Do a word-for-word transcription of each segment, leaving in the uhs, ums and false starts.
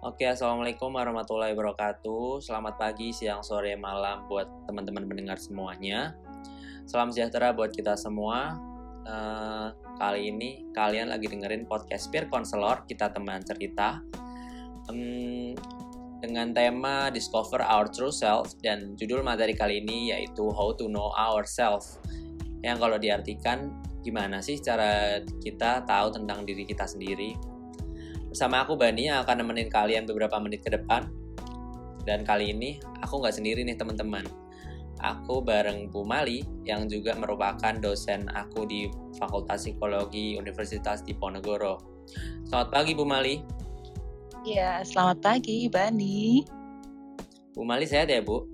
Oke, assalamualaikum warahmatullahi wabarakatuh. Selamat pagi, siang, sore, malam buat teman-teman pendengar semuanya. Salam sejahtera buat kita semua. Uh, kali ini kalian lagi dengerin podcast Peer Counselor, kita teman cerita, um, dengan tema Discover Our True Self, dan judul materi kali ini yaitu How to Know Ourselves. Yang kalau diartikan, gimana sih cara kita tahu tentang diri kita sendiri. Bersama aku Bani yang akan nemenin kalian beberapa menit ke depan. Dan kali ini aku nggak sendiri nih teman-teman. Aku bareng Bu Mali yang juga merupakan dosen aku di Fakultas Psikologi Universitas Diponegoro. Selamat pagi Bu Mali. Iya, selamat pagi Bani. Bu Mali sehat ya Bu?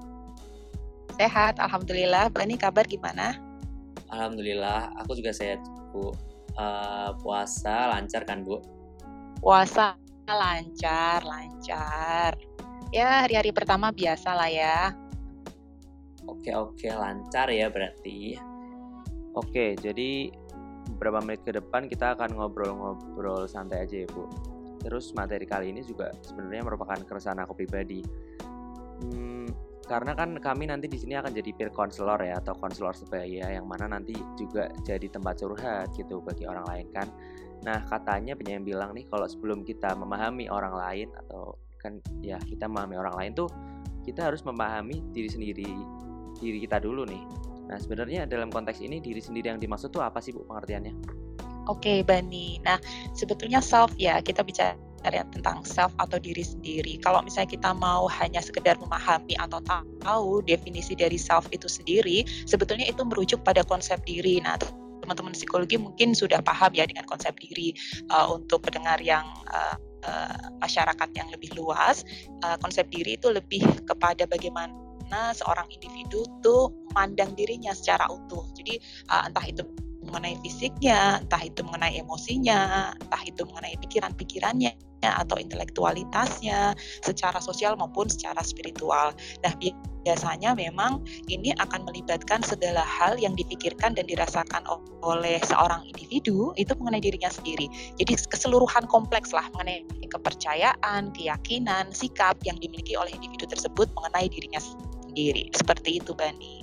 Sehat, Alhamdulillah. Bani kabar gimana? Alhamdulillah, aku juga sehat Bu. Uh, puasa lancar kan Bu? Puasa lancar, lancar. Ya, hari-hari pertama biasa lah ya. Oke, oke, lancar ya berarti. Oke, jadi beberapa menit ke depan kita akan ngobrol-ngobrol santai aja ya Bu. Terus materi kali ini juga sebenarnya merupakan keresahan aku pribadi. Hmm, karena kan kami nanti di sini akan jadi peer counselor ya, atau konselor sebaya, yang mana nanti juga jadi tempat curhat gitu bagi orang lain kan. Nah, katanya banyak yang bilang nih kalau sebelum kita memahami orang lain atau kan ya kita memahami orang lain tuh kita harus memahami diri sendiri, diri kita dulu nih. Nah, sebenarnya dalam konteks ini diri sendiri yang dimaksud tuh apa sih Bu pengertiannya? Oke, Bani. Nah, sebetulnya self ya, kita bicara tentang self atau diri sendiri. Kalau misalnya kita mau hanya sekedar memahami atau tahu definisi dari self itu sendiri, sebetulnya itu merujuk pada konsep diri. Nah, teman-teman psikologi mungkin sudah paham ya dengan konsep diri. Uh, untuk pendengar yang uh, uh, masyarakat yang lebih luas, uh, konsep diri itu lebih kepada bagaimana seorang individu tuh memandang dirinya secara utuh. Jadi uh, entah itu mengenai fisiknya, entah itu mengenai emosinya, entah itu mengenai pikiran-pikirannya atau intelektualitasnya, secara sosial maupun secara spiritual. Nah, biasanya memang ini akan melibatkan segala hal yang dipikirkan dan dirasakan oleh seorang individu itu mengenai dirinya sendiri. Jadi keseluruhan kompleks lah mengenai kepercayaan, keyakinan, sikap yang dimiliki oleh individu tersebut mengenai dirinya sendiri. Seperti itu, Bani.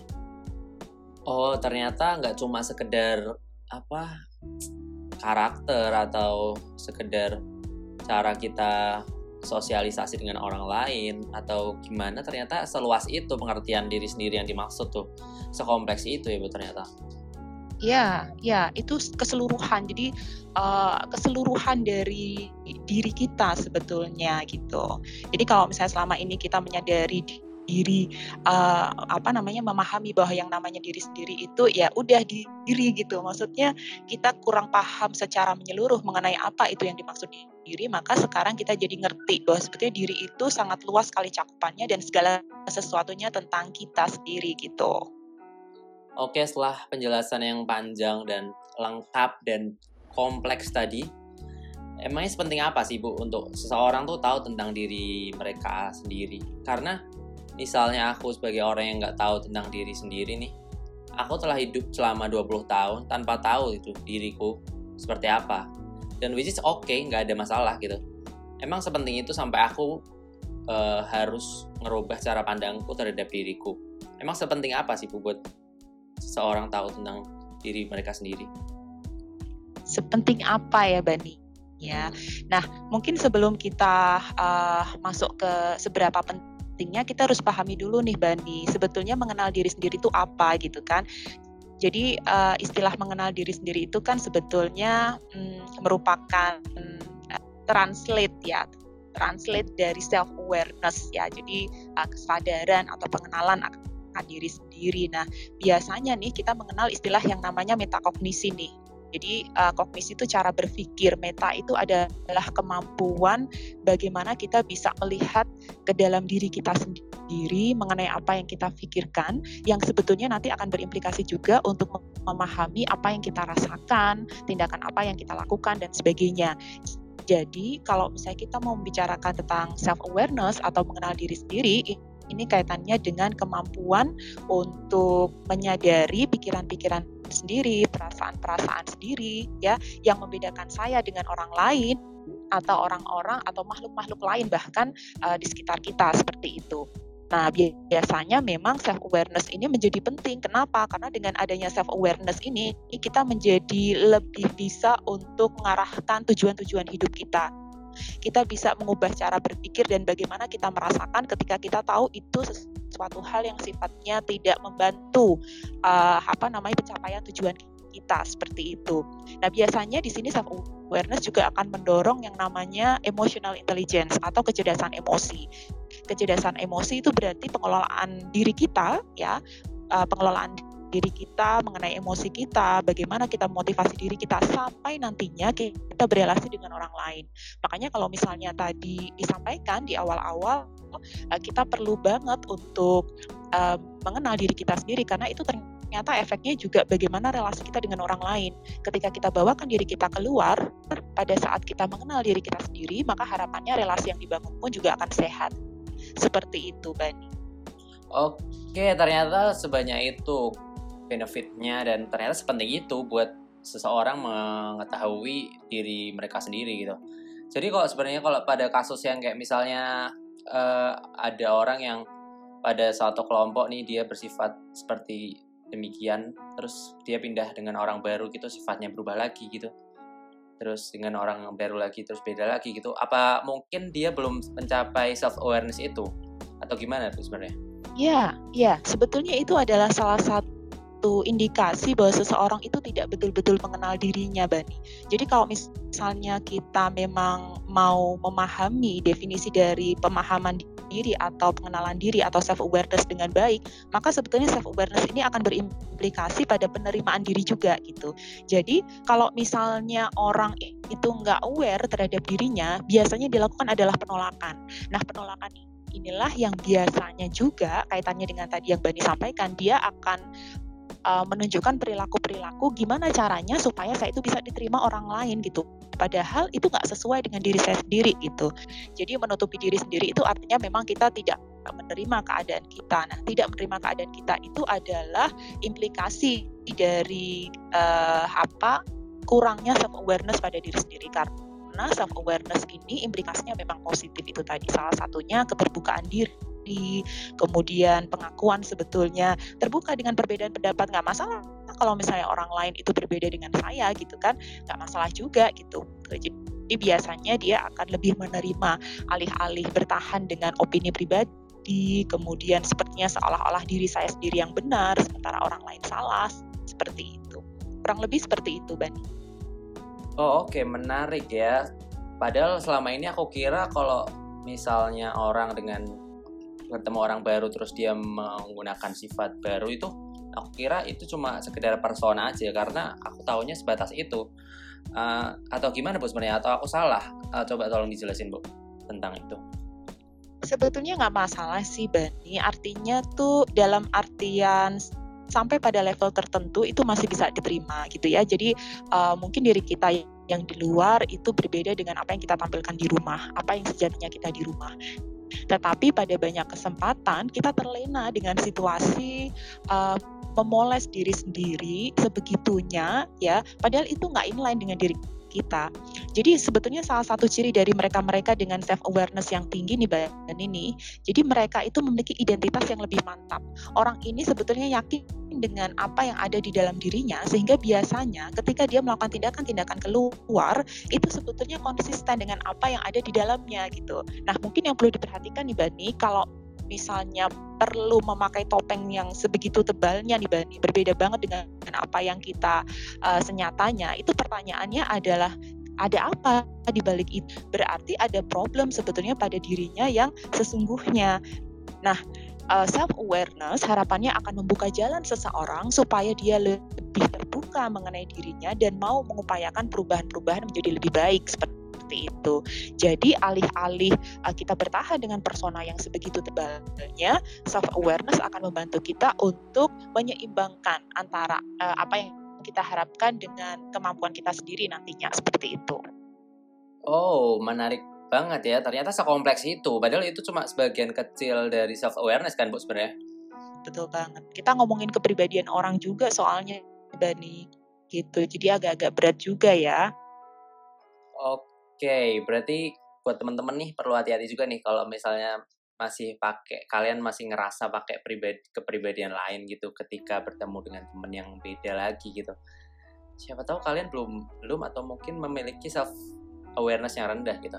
Oh, ternyata nggak cuma sekedar apa karakter atau sekedar cara kita sosialisasi dengan orang lain atau gimana, ternyata seluas itu pengertian diri sendiri yang dimaksud tuh, sekompleks itu ya Bu ternyata. Ya, ya itu keseluruhan. Jadi uh, keseluruhan dari diri kita sebetulnya gitu. Jadi kalau misalnya selama ini kita menyadari diri uh, apa namanya memahami bahwa yang namanya diri sendiri itu ya udah diri gitu, maksudnya kita kurang paham secara menyeluruh mengenai apa itu yang dimaksud diri, maka sekarang kita jadi ngerti bahwa sebetulnya diri itu sangat luas sekali cakupannya dan segala sesuatunya tentang kita sendiri gitu. Oke, setelah penjelasan yang panjang dan lengkap dan kompleks tadi, emangnya sepenting apa sih Bu untuk seseorang tuh tahu tentang diri mereka sendiri? Karena misalnya aku sebagai orang yang nggak tahu tentang diri sendiri nih, aku telah hidup selama dua puluh tahun tanpa tahu itu diriku seperti apa. Dan which is okay, nggak ada masalah gitu. Emang sepenting itu sampai aku uh, harus ngerubah cara pandangku terhadap diriku. Emang sepenting apa sih Bu buat seseorang tahu tentang diri mereka sendiri? Sepenting apa ya Bani? Ya, nah mungkin sebelum kita uh, masuk ke seberapa penting pentingnya, kita harus pahami dulu nih Bani, sebetulnya mengenal diri sendiri itu apa gitu kan. Jadi uh, istilah mengenal diri sendiri itu kan sebetulnya mm, merupakan uh, translate ya, translate dari self awareness ya. Jadi uh, kesadaran atau pengenalan akan diri sendiri. Nah, biasanya nih kita mengenal istilah yang namanya metakognisi nih. Jadi uh, kognisi itu cara berpikir, meta itu adalah kemampuan bagaimana kita bisa melihat ke dalam diri kita sendiri mengenai apa yang kita pikirkan, yang sebetulnya nanti akan berimplikasi juga untuk memahami apa yang kita rasakan, tindakan apa yang kita lakukan, dan sebagainya. Jadi kalau misalnya kita mau membicarakan tentang self-awareness atau mengenal diri sendiri, ini kaitannya dengan kemampuan untuk menyadari pikiran-pikiran sendiri, perasaan-perasaan sendiri, ya, yang membedakan saya dengan orang lain, atau orang-orang atau makhluk-makhluk lain bahkan uh, di sekitar kita seperti itu. Nah, biasanya memang self awareness ini menjadi penting. Kenapa? Karena dengan adanya self awareness ini kita menjadi lebih bisa untuk mengarahkan tujuan-tujuan hidup kita. Kita bisa mengubah cara berpikir dan bagaimana kita merasakan ketika kita tahu itu sesuatu hal yang sifatnya tidak membantu uh, apa namanya pencapaian tujuan kita seperti itu. Nah, biasanya di sini self awareness juga akan mendorong yang namanya emotional intelligence atau kecerdasan emosi. Kecerdasan emosi itu berarti pengelolaan diri kita, ya, uh, pengelolaan diri kita mengenai emosi kita, bagaimana kita memotivasi diri kita sampai nantinya kita berelasi dengan orang lain. Makanya kalau misalnya tadi disampaikan di awal-awal, uh, kita perlu banget untuk uh, mengenal diri kita sendiri karena itu ternyata efeknya juga bagaimana relasi kita dengan orang lain. Ketika kita bawakan diri kita keluar, pada saat kita mengenal diri kita sendiri, maka harapannya relasi yang dibangun pun juga akan sehat. Seperti itu, Bani. Oke, ternyata sebanyak itu benefitnya dan ternyata sepenting itu buat seseorang mengetahui diri mereka sendiri gitu. Jadi kalau sebenarnya kalau pada kasus yang kayak misalnya uh, ada orang yang pada suatu kelompok nih dia bersifat seperti demikian, terus dia pindah dengan orang baru gitu sifatnya berubah lagi gitu. Terus dengan orang baru lagi terus beda lagi gitu. Apa mungkin dia belum mencapai self awareness itu atau gimana tuh sebenarnya? Ya, ya, sebetulnya itu adalah salah satu indikasi bahwa seseorang itu tidak betul-betul mengenal dirinya, Bani. Jadi kalau misalnya kita memang mau memahami definisi dari pemahaman diri atau pengenalan diri atau self awareness dengan baik, maka sebetulnya self awareness ini akan berimplikasi pada penerimaan diri juga gitu. Jadi kalau misalnya orang itu nggak aware terhadap dirinya, biasanya dilakukan adalah penolakan. Nah, penolakan inilah yang biasanya juga kaitannya dengan tadi yang Bani sampaikan, dia akan uh, menunjukkan perilaku-perilaku gimana caranya supaya saya itu bisa diterima orang lain gitu. Padahal itu nggak sesuai dengan diri saya sendiri gitu. Jadi menutupi diri sendiri itu artinya memang kita tidak menerima keadaan kita. Nah, tidak menerima keadaan kita itu adalah implikasi dari uh, apa kurangnya self awareness pada diri sendiri karena Karena self awareness ini implikasinya memang positif itu tadi. Salah satunya keterbukaan diri, kemudian pengakuan sebetulnya terbuka dengan perbedaan pendapat, nggak masalah kalau misalnya orang lain itu berbeda dengan saya gitu kan, nggak masalah juga gitu. Jadi biasanya dia akan lebih menerima alih-alih bertahan dengan opini pribadi, kemudian sepertinya seolah-olah diri saya sendiri yang benar sementara orang lain salah, seperti itu. Kurang lebih seperti itu, Bani. Oh oke, okay. Menarik ya. Padahal selama ini aku kira kalau misalnya orang dengan bertemu orang baru terus dia menggunakan sifat baru itu, aku kira itu cuma sekedar persona aja karena aku taunya sebatas itu. Uh, atau gimana Bu sebenarnya? Atau aku salah? Uh, coba tolong dijelasin Bu tentang itu. Sebetulnya nggak masalah sih Bani. Artinya tuh dalam artian sampai pada level tertentu itu masih bisa diterima gitu ya. Jadi uh, mungkin diri kita yang di luar itu berbeda dengan apa yang kita tampilkan di rumah, apa yang sejatinya kita di rumah. Tetapi pada banyak kesempatan kita terlena dengan situasi uh, memoles diri sendiri sebegitunya ya, padahal itu nggak inline dengan diri kita. Jadi sebetulnya salah satu ciri dari mereka-mereka dengan self awareness yang tinggi nih Mbak ini, jadi mereka itu memiliki identitas yang lebih mantap. Orang ini sebetulnya yakin dengan apa yang ada di dalam dirinya sehingga biasanya ketika dia melakukan tindakan-tindakan keluar itu sebetulnya konsisten dengan apa yang ada di dalamnya gitu. Nah, mungkin yang perlu diperhatikan nih Bani, kalau misalnya perlu memakai topeng yang sebegitu tebalnya nih Bani, berbeda banget dengan apa yang kita uh, senyatanya, itu pertanyaannya adalah ada apa di balik itu? Berarti ada problem sebetulnya pada dirinya yang sesungguhnya. Nah, uh, self awareness harapannya akan membuka jalan seseorang supaya dia lebih terbuka mengenai dirinya dan mau mengupayakan perubahan-perubahan menjadi lebih baik seperti itu. Jadi alih-alih uh, kita bertahan dengan persona yang sebegitu tebalnya, self awareness akan membantu kita untuk menyeimbangkan antara uh, apa yang kita harapkan dengan kemampuan kita sendiri nantinya, seperti itu. Oh, menarik banget ya. Ternyata sekompleks itu. Padahal itu cuma sebagian kecil dari self awareness kan Bu sebenarnya. Betul banget. Kita ngomongin kepribadian orang juga soalnya Bani gitu. Jadi agak-agak berat juga ya. Oke, berarti buat teman-teman nih perlu hati-hati juga nih kalau misalnya masih pakai kalian masih ngerasa pakai pribadi kepribadian lain gitu ketika bertemu dengan teman yang beda lagi gitu. Siapa tahu kalian belum belum atau mungkin memiliki self awareness yang rendah gitu.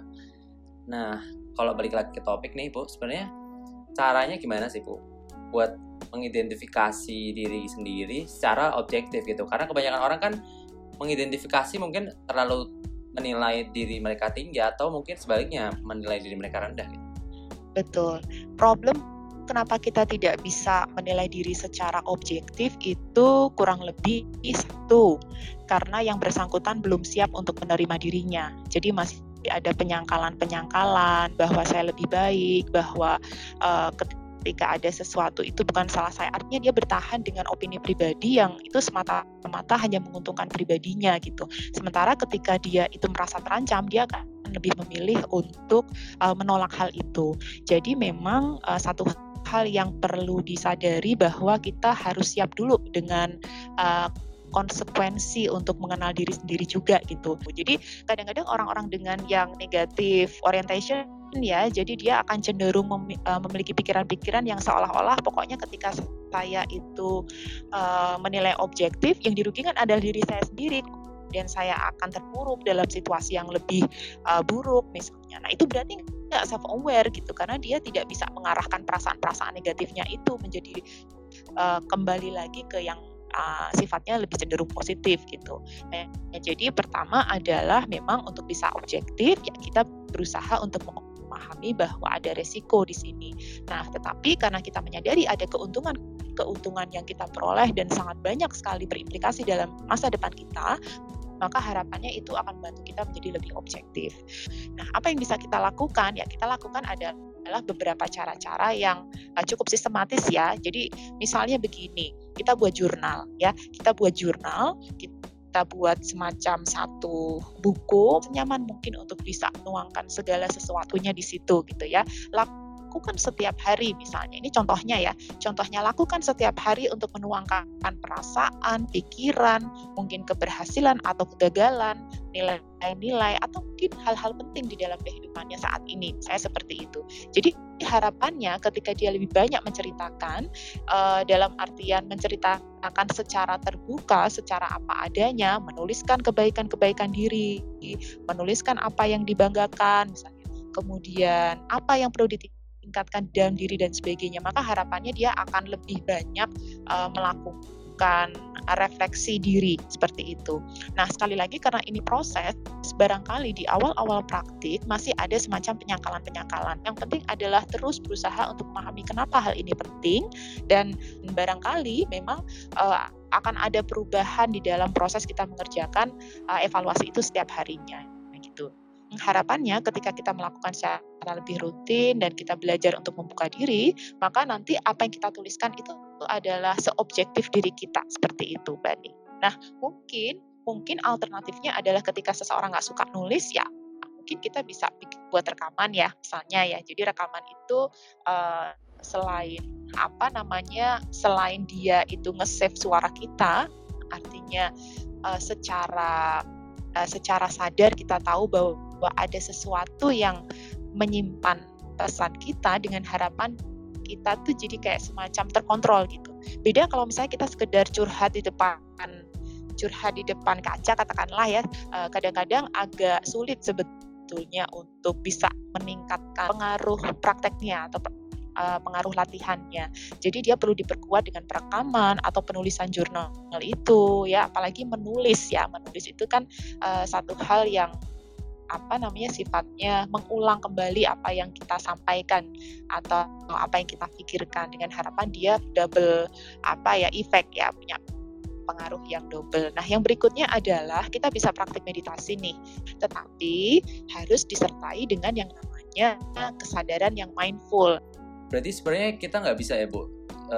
Nah, kalau balik lagi ke topik nih, Bu, sebenarnya caranya gimana sih, Bu? Buat mengidentifikasi diri sendiri secara objektif gitu. Karena kebanyakan orang kan mengidentifikasi mungkin terlalu menilai diri mereka tinggi atau mungkin sebaliknya menilai diri mereka rendah gitu. Betul. Problem kenapa kita tidak bisa menilai diri secara objektif itu kurang lebih satu, karena yang bersangkutan belum siap untuk menerima dirinya. Jadi masih ada penyangkalan-penyangkalan bahwa saya lebih baik, bahwa uh, ketika ada sesuatu itu bukan salah saya. Artinya dia bertahan dengan opini pribadi yang itu semata-mata hanya menguntungkan pribadinya gitu. Sementara ketika dia itu merasa terancam, dia akan lebih memilih untuk uh, menolak hal itu. Jadi memang uh, satu hal yang perlu disadari bahwa kita harus siap dulu dengan uh, konsekuensi untuk mengenal diri sendiri juga gitu. Jadi kadang-kadang orang-orang dengan yang negatif orientation ya, jadi dia akan cenderung mem- uh, memiliki pikiran-pikiran yang seolah-olah pokoknya ketika saya itu uh, menilai objektif, yang dirugikan adalah diri saya sendiri dan saya akan terpuruk dalam situasi yang lebih uh, buruk misalnya. Nah itu berarti nggak self aware gitu, karena dia tidak bisa mengarahkan perasaan-perasaan negatifnya itu menjadi uh, kembali lagi ke yang Uh, sifatnya lebih cenderung positif gitu. Nah, jadi pertama adalah memang untuk bisa objektif ya kita berusaha untuk memahami bahwa ada resiko di sini. Nah, tetapi karena kita menyadari ada keuntungan keuntungan yang kita peroleh dan sangat banyak sekali berimplikasi dalam masa depan kita, maka harapannya itu akan membantu kita menjadi lebih objektif. Nah, apa yang bisa kita lakukan? Ya, kita lakukan adalah adalah beberapa cara-cara yang uh, cukup sistematis ya. Jadi misalnya begini, kita buat jurnal ya, kita buat jurnal, kita buat semacam satu buku senyaman mungkin untuk bisa menuangkan segala sesuatunya di situ gitu ya. Lakukan setiap hari misalnya, ini contohnya ya, contohnya lakukan setiap hari untuk menuangkan perasaan, pikiran, mungkin keberhasilan atau kegagalan, nilai-nilai atau mungkin hal-hal penting di dalam kehidupannya saat ini. Saya seperti itu. Jadi harapannya ketika dia lebih banyak menceritakan, uh, dalam artian menceritakan secara terbuka, secara apa adanya, menuliskan kebaikan-kebaikan diri, menuliskan apa yang dibanggakan misalnya, kemudian apa yang perlu ditingkatkan dalam diri dan sebagainya, maka harapannya dia akan lebih banyak uh, melakukan refleksi diri seperti itu. Nah, sekali lagi karena ini proses, barangkali di awal-awal praktik masih ada semacam penyangkalan-penyangkalan. Yang penting adalah terus berusaha untuk memahami kenapa hal ini penting, dan barangkali memang uh, akan ada perubahan di dalam proses kita mengerjakan uh, evaluasi itu setiap harinya gitu. Harapannya ketika kita melakukan secara lebih rutin dan kita belajar untuk membuka diri, maka nanti apa yang kita tuliskan itu adalah seobjektif diri kita, seperti itu, Bani. Nah, mungkin mungkin alternatifnya adalah ketika seseorang nggak suka nulis ya, mungkin kita bisa buat rekaman ya, misalnya ya. Jadi rekaman itu uh, selain apa namanya, selain dia itu nge-save suara kita, artinya uh, secara uh, secara sadar kita tahu bahwa bahwa ada sesuatu yang menyimpan pesan kita dengan harapan kita tuh jadi kayak semacam terkontrol gitu. Beda kalau misalnya kita sekedar curhat di depan curhat di depan kaca katakanlah ya, kadang-kadang agak sulit sebetulnya untuk bisa meningkatkan pengaruh prakteknya atau pengaruh latihannya. Jadi dia perlu diperkuat dengan perekaman atau penulisan jurnal itu ya, apalagi menulis ya. Menulis itu kan uh, satu hal yang apa namanya sifatnya mengulang kembali apa yang kita sampaikan atau apa yang kita pikirkan, dengan harapan dia double apa ya efek ya, punya pengaruh yang double. Nah, yang berikutnya adalah kita bisa praktik meditasi nih, tetapi harus disertai dengan yang namanya kesadaran yang mindful. Berarti sebenarnya kita nggak bisa ya Bu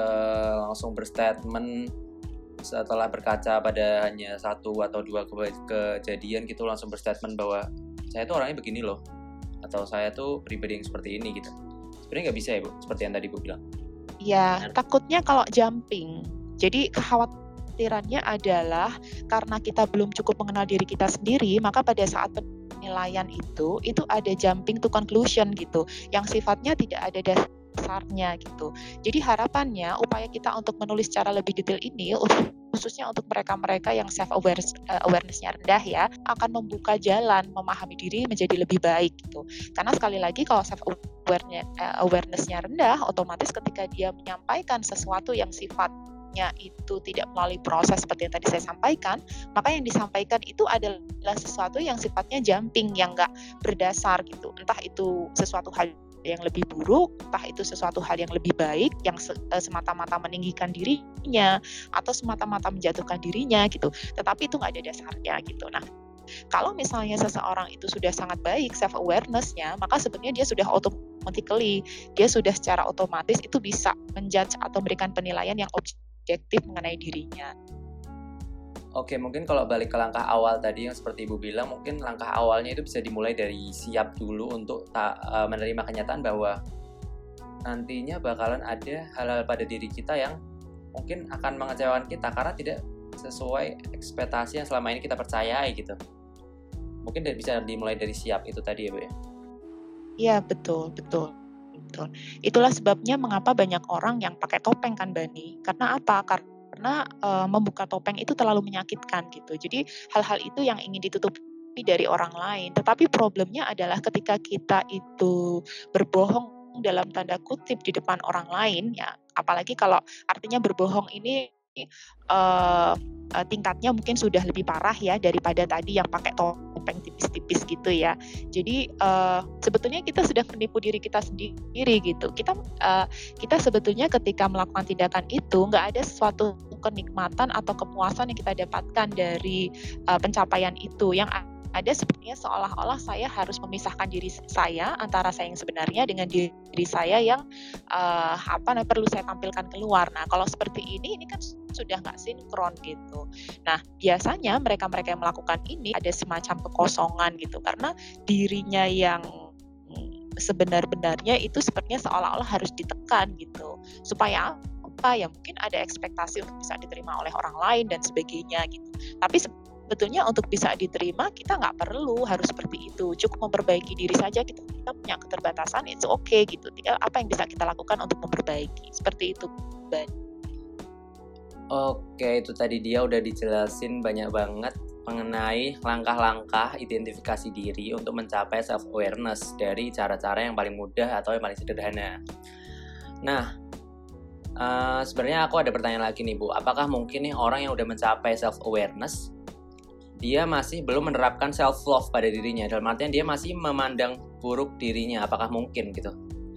uh, langsung berstatement setelah berkaca pada hanya satu atau dua ke- kejadian gitu langsung berstatement bahwa saya tuh orangnya begini loh, atau saya tuh pribadi yang seperti ini gitu. Sebenarnya nggak bisa ya Bu, seperti yang tadi Bu bilang. Ya, nah, takutnya kalau jumping. Jadi kekhawatirannya adalah karena kita belum cukup mengenal diri kita sendiri, maka pada saat penilaian itu, itu ada jumping to conclusion gitu, yang sifatnya tidak ada dasarnya gitu. Jadi harapannya upaya kita untuk menulis secara lebih detail ini, khususnya untuk mereka-mereka yang self awareness uh, awareness-nya rendah ya, akan membuka jalan memahami diri menjadi lebih baik gitu. Karena sekali lagi kalau self awareness-nya rendah, otomatis ketika dia menyampaikan sesuatu yang sifatnya itu tidak melalui proses seperti yang tadi saya sampaikan, maka yang disampaikan itu adalah sesuatu yang sifatnya jumping, yang nggak berdasar gitu. Entah itu sesuatu hal yang lebih buruk, entah itu sesuatu hal yang lebih baik, yang semata-mata meninggikan dirinya, atau semata-mata menjatuhkan dirinya gitu. Tetapi itu nggak ada dasarnya gitu. Nah, kalau misalnya seseorang itu sudah sangat baik self awareness-nya, maka sebenarnya dia sudah automatically, dia sudah secara otomatis itu bisa menjudge atau memberikan penilaian yang objektif mengenai dirinya. Oke, mungkin kalau balik ke langkah awal tadi yang seperti Ibu bilang, mungkin langkah awalnya itu bisa dimulai dari siap dulu untuk ta- uh, menerima kenyataan bahwa nantinya bakalan ada hal-hal pada diri kita yang mungkin akan mengecewakan kita karena tidak sesuai ekspektasi yang selama ini kita percayai gitu. Mungkin bisa dimulai dari siap itu tadi ya, Bu ya? Iya, betul, betul. Betul. Itulah sebabnya mengapa banyak orang yang pakai topeng kan, Bani. Karena apa? Karena karena uh, membuka topeng itu terlalu menyakitkan gitu. Jadi hal-hal itu yang ingin ditutupi dari orang lain. Tetapi problemnya adalah ketika kita itu berbohong dalam tanda kutip di depan orang lain, ya. Apalagi kalau artinya berbohong ini uh, uh, tingkatnya mungkin sudah lebih parah ya daripada tadi yang pakai topeng tipis-tipis gitu ya. Jadi uh, sebetulnya kita sudah menipu diri kita sendiri gitu. Kita uh, kita sebetulnya ketika melakukan tindakan itu nggak ada sesuatu kenikmatan atau kepuasan yang kita dapatkan dari uh, pencapaian itu. Yang ada sebenarnya seolah-olah saya harus memisahkan diri saya antara saya yang sebenarnya dengan diri saya yang uh, apa perlu saya tampilkan keluar. Nah, kalau seperti ini, ini kan sudah nggak sinkron gitu. Nah, biasanya mereka-mereka yang melakukan ini ada semacam kekosongan gitu, karena dirinya yang sebenar-benarnya itu sepertinya seolah-olah harus ditekan gitu, supaya apa ya, mungkin ada ekspektasi untuk bisa diterima oleh orang lain dan sebagainya gitu. Tapi sebetulnya untuk bisa diterima kita nggak perlu harus seperti itu, cukup memperbaiki diri saja. Kita, kita punya keterbatasan, it's okay gitu. Tinggal apa yang bisa kita lakukan untuk memperbaiki, seperti itu, Ban. Oke, itu tadi dia udah dijelasin banyak banget mengenai langkah-langkah identifikasi diri untuk mencapai self awareness dari cara-cara yang paling mudah atau yang paling sederhana. Nah, Uh, sebenarnya aku ada pertanyaan lagi nih, Bu. Apakah mungkin nih orang yang udah mencapai self awareness dia masih belum menerapkan self love pada dirinya? Dalam artian dia masih memandang buruk dirinya. Apakah mungkin gitu?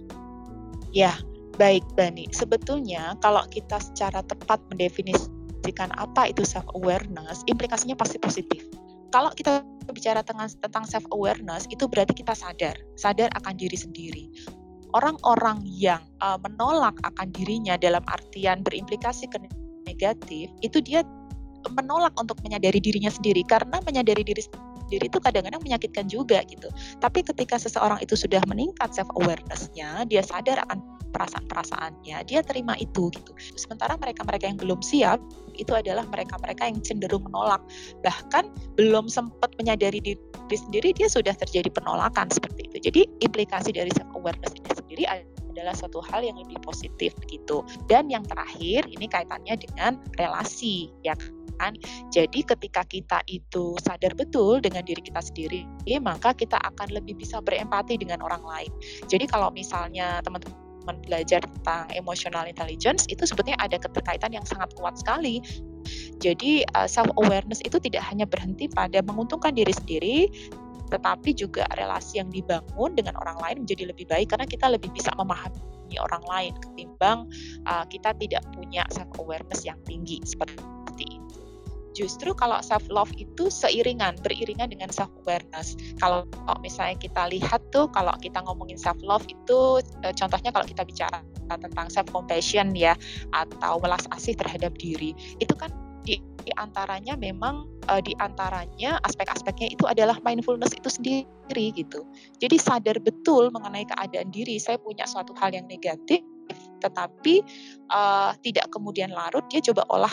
Ya, baik Bani. Sebetulnya kalau kita secara tepat mendefinisikan apa itu self awareness, implikasinya pasti positif. Kalau kita bicara tentang self awareness, itu berarti kita sadar, sadar akan diri sendiri. Orang-orang yang uh, menolak akan dirinya dalam artian berimplikasi ke negatif, itu dia menolak untuk menyadari dirinya sendiri, karena menyadari diri sendiri itu kadang-kadang menyakitkan juga gitu. Tapi ketika seseorang itu sudah meningkat self awareness-nya, dia sadar akan perasaan-perasaannya, dia terima itu gitu. Sementara mereka-mereka yang belum siap, itu adalah mereka-mereka yang cenderung menolak, bahkan belum sempat menyadari diri sendiri dia sudah terjadi penolakan seperti itu. Jadi implikasi dari self awareness ini sendiri adalah suatu hal yang lebih positif begitu. Dan yang terakhir ini kaitannya dengan relasi, ya kan? Jadi ketika kita itu sadar betul dengan diri kita sendiri, maka kita akan lebih bisa berempati dengan orang lain. Jadi kalau misalnya teman-teman belajar tentang emotional intelligence, itu sebetulnya ada keterkaitan yang sangat kuat sekali. Jadi uh, self awareness itu tidak hanya berhenti pada menguntungkan diri sendiri, tetapi juga relasi yang dibangun dengan orang lain menjadi lebih baik karena kita lebih bisa memahami orang lain ketimbang uh, kita tidak punya self awareness yang tinggi seperti itu. Justru kalau self love itu seiringan, beriringan dengan self awareness. Kalau misalnya kita lihat tuh, kalau kita ngomongin self love itu uh, contohnya kalau kita bicara tentang self compassion ya, atau welas asih terhadap diri, itu kan di, di antaranya memang uh, di antaranya aspek-aspeknya itu adalah mindfulness itu sendiri gitu. Jadi sadar betul mengenai keadaan diri, saya punya suatu hal yang negatif, tetapi uh, tidak kemudian larut, dia coba olah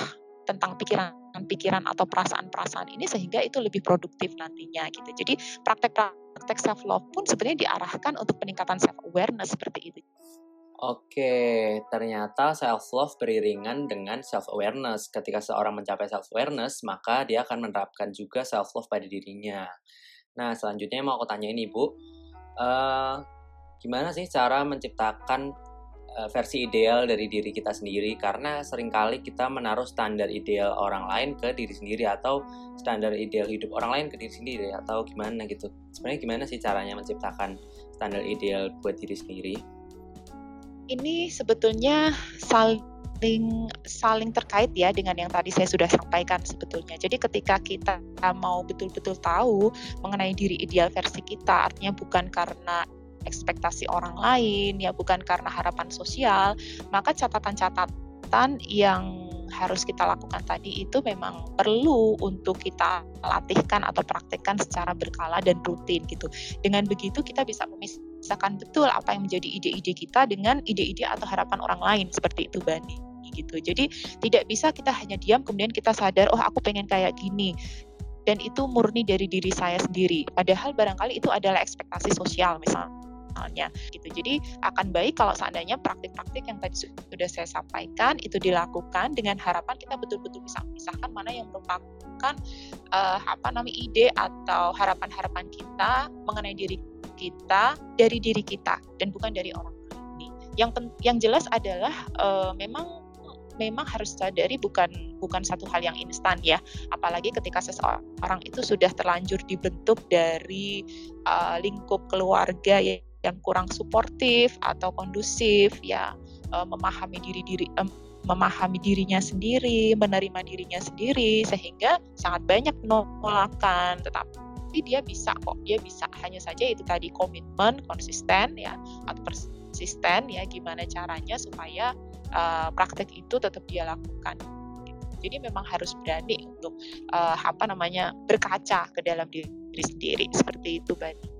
tentang pikiran-pikiran atau perasaan-perasaan ini sehingga itu lebih produktif nantinya gitu. Jadi praktek-praktek self love pun sebenarnya diarahkan untuk peningkatan self awareness seperti itu. Oke, ternyata self-love beriringan dengan self-awareness. Ketika seorang mencapai self-awareness, maka dia akan menerapkan juga self-love pada dirinya. Nah, selanjutnya mau aku tanya ini, Bu. Uh, gimana sih cara menciptakan uh, versi ideal dari diri kita sendiri? Karena seringkali kita menaruh standar ideal orang lain ke diri sendiri, atau standar ideal hidup orang lain ke diri sendiri, atau gimana gitu. Sebenarnya gimana sih caranya menciptakan standar ideal buat diri sendiri? Ini sebetulnya saling saling terkait ya dengan yang tadi saya sudah sampaikan sebetulnya. Jadi ketika kita mau betul-betul tahu mengenai diri ideal versi kita, artinya bukan karena ekspektasi orang lain, ya bukan karena harapan sosial, maka catatan-catatan yang harus kita lakukan tadi itu memang perlu untuk kita latihkan atau praktekkan secara berkala dan rutin gitu. Dengan begitu kita bisa memisahkan betul apa yang menjadi ide-ide kita dengan ide-ide atau harapan orang lain seperti itu, Bani gitu. Jadi tidak bisa kita hanya diam kemudian kita sadar, oh aku pengen kayak gini, dan itu murni dari diri saya sendiri. Padahal barangkali itu adalah ekspektasi sosial misalnya. Gitu. Jadi akan baik kalau seandainya praktik-praktik yang tadi sudah saya sampaikan itu dilakukan dengan harapan kita betul-betul bisa memisahkan mana yang merupakan uh, apa namanya ide atau harapan-harapan kita mengenai diri kita dari diri kita dan bukan dari orang lain. Yang pen- yang jelas adalah uh, memang memang harus sadari bukan bukan satu hal yang instan ya, apalagi ketika seseorang itu sudah terlanjur dibentuk dari uh, lingkup keluarga ya yang kurang suportif atau kondusif ya, uh, memahami diri diri um, memahami dirinya sendiri, menerima dirinya sendiri, sehingga sangat banyak penolakan, tetapi dia bisa kok, dia bisa, hanya saja itu tadi komitmen, konsisten ya, atau persisten ya, gimana caranya supaya uh, praktek itu tetap dia lakukan. Jadi memang harus berani untuk uh, apa namanya berkaca ke dalam diri sendiri seperti itu, Bani.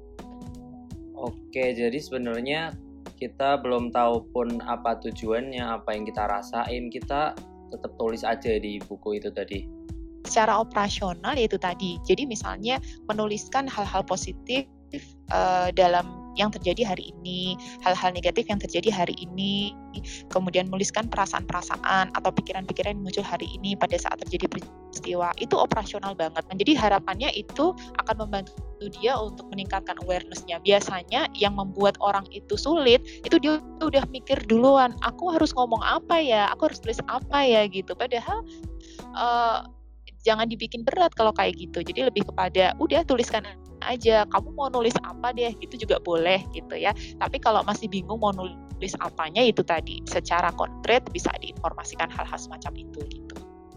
Oke, jadi sebenarnya kita belum tahu pun apa tujuannya, apa yang kita rasain, kita tetap tulis aja di buku itu tadi. Secara operasional yaitu tadi, jadi misalnya menuliskan hal-hal positif uh, dalam yang terjadi hari ini, hal-hal negatif yang terjadi hari ini, kemudian menuliskan perasaan-perasaan atau pikiran-pikiran yang muncul hari ini pada saat terjadi peristiwa, itu operasional banget. Jadi harapannya itu akan membantu dia untuk meningkatkan awareness-nya. Biasanya yang membuat orang itu sulit, itu dia udah mikir duluan, aku harus ngomong apa ya, aku harus tulis apa ya gitu. Padahal uh, jangan dibikin berat kalau kayak gitu. Jadi lebih kepada udah tuliskan aja, kamu mau nulis apa deh, gitu juga boleh gitu ya. Tapi kalau masih bingung mau nulis apanya, itu tadi secara konkret bisa diinformasikan hal-hal semacam itu gitu.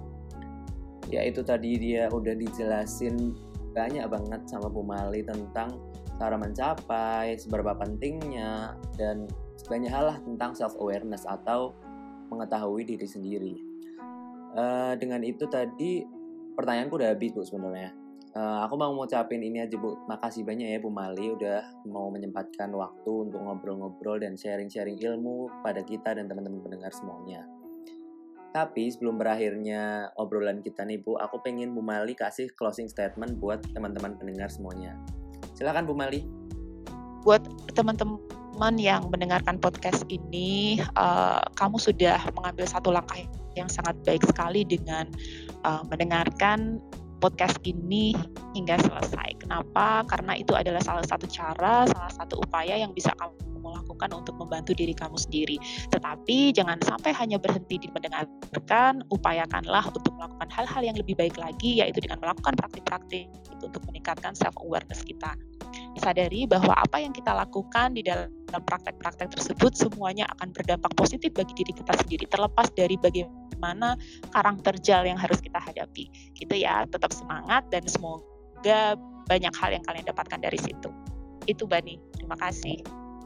Ya itu tadi dia udah dijelasin banyak banget sama Bu Mali tentang cara mencapai, seberapa pentingnya, dan banyak hal lah tentang self awareness atau mengetahui diri sendiri. Uh, dengan itu tadi pertanyaanku udah habis, Bu, sebenarnya. Uh, aku mau ngucapin ini aja, Bu. Makasih banyak ya Bu Mali udah mau menyempatkan waktu untuk ngobrol-ngobrol dan sharing-sharing ilmu pada kita dan teman-teman pendengar semuanya. Tapi sebelum berakhirnya obrolan kita nih, Bu, aku pengen Bu Mali kasih closing statement buat teman-teman pendengar semuanya. Silakan Bu Mali. Buat teman-teman yang mendengarkan podcast ini, uh, kamu sudah mengambil satu langkah yang sangat baik sekali dengan uh, mendengarkan podcast ini hingga selesai. Kenapa? Karena itu adalah salah satu cara, salah satu upaya yang bisa kamu lakukan untuk membantu diri kamu sendiri. Tetapi jangan sampai hanya berhenti di mendengarkan, upayakanlah untuk melakukan hal-hal yang lebih baik lagi, yaitu dengan melakukan praktik-praktik itu untuk meningkatkan self-awareness kita. Sadari bahwa apa yang kita lakukan di dalam praktek-praktek tersebut semuanya akan berdampak positif bagi diri kita sendiri, terlepas dari bagaimana karang terjal yang harus kita hadapi. Gitu ya, tetap semangat dan semoga banyak hal yang kalian dapatkan dari situ. Itu Bani, terima kasih.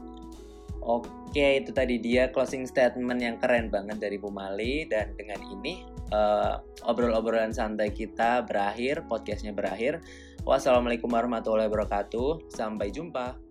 Oke, itu tadi dia closing statement yang keren banget dari Bu Mali. Dan dengan ini uh, obrol-obrolan santai kita berakhir, podcastnya berakhir. Wassalamualaikum warahmatullahi wabarakatuh. Sampai jumpa.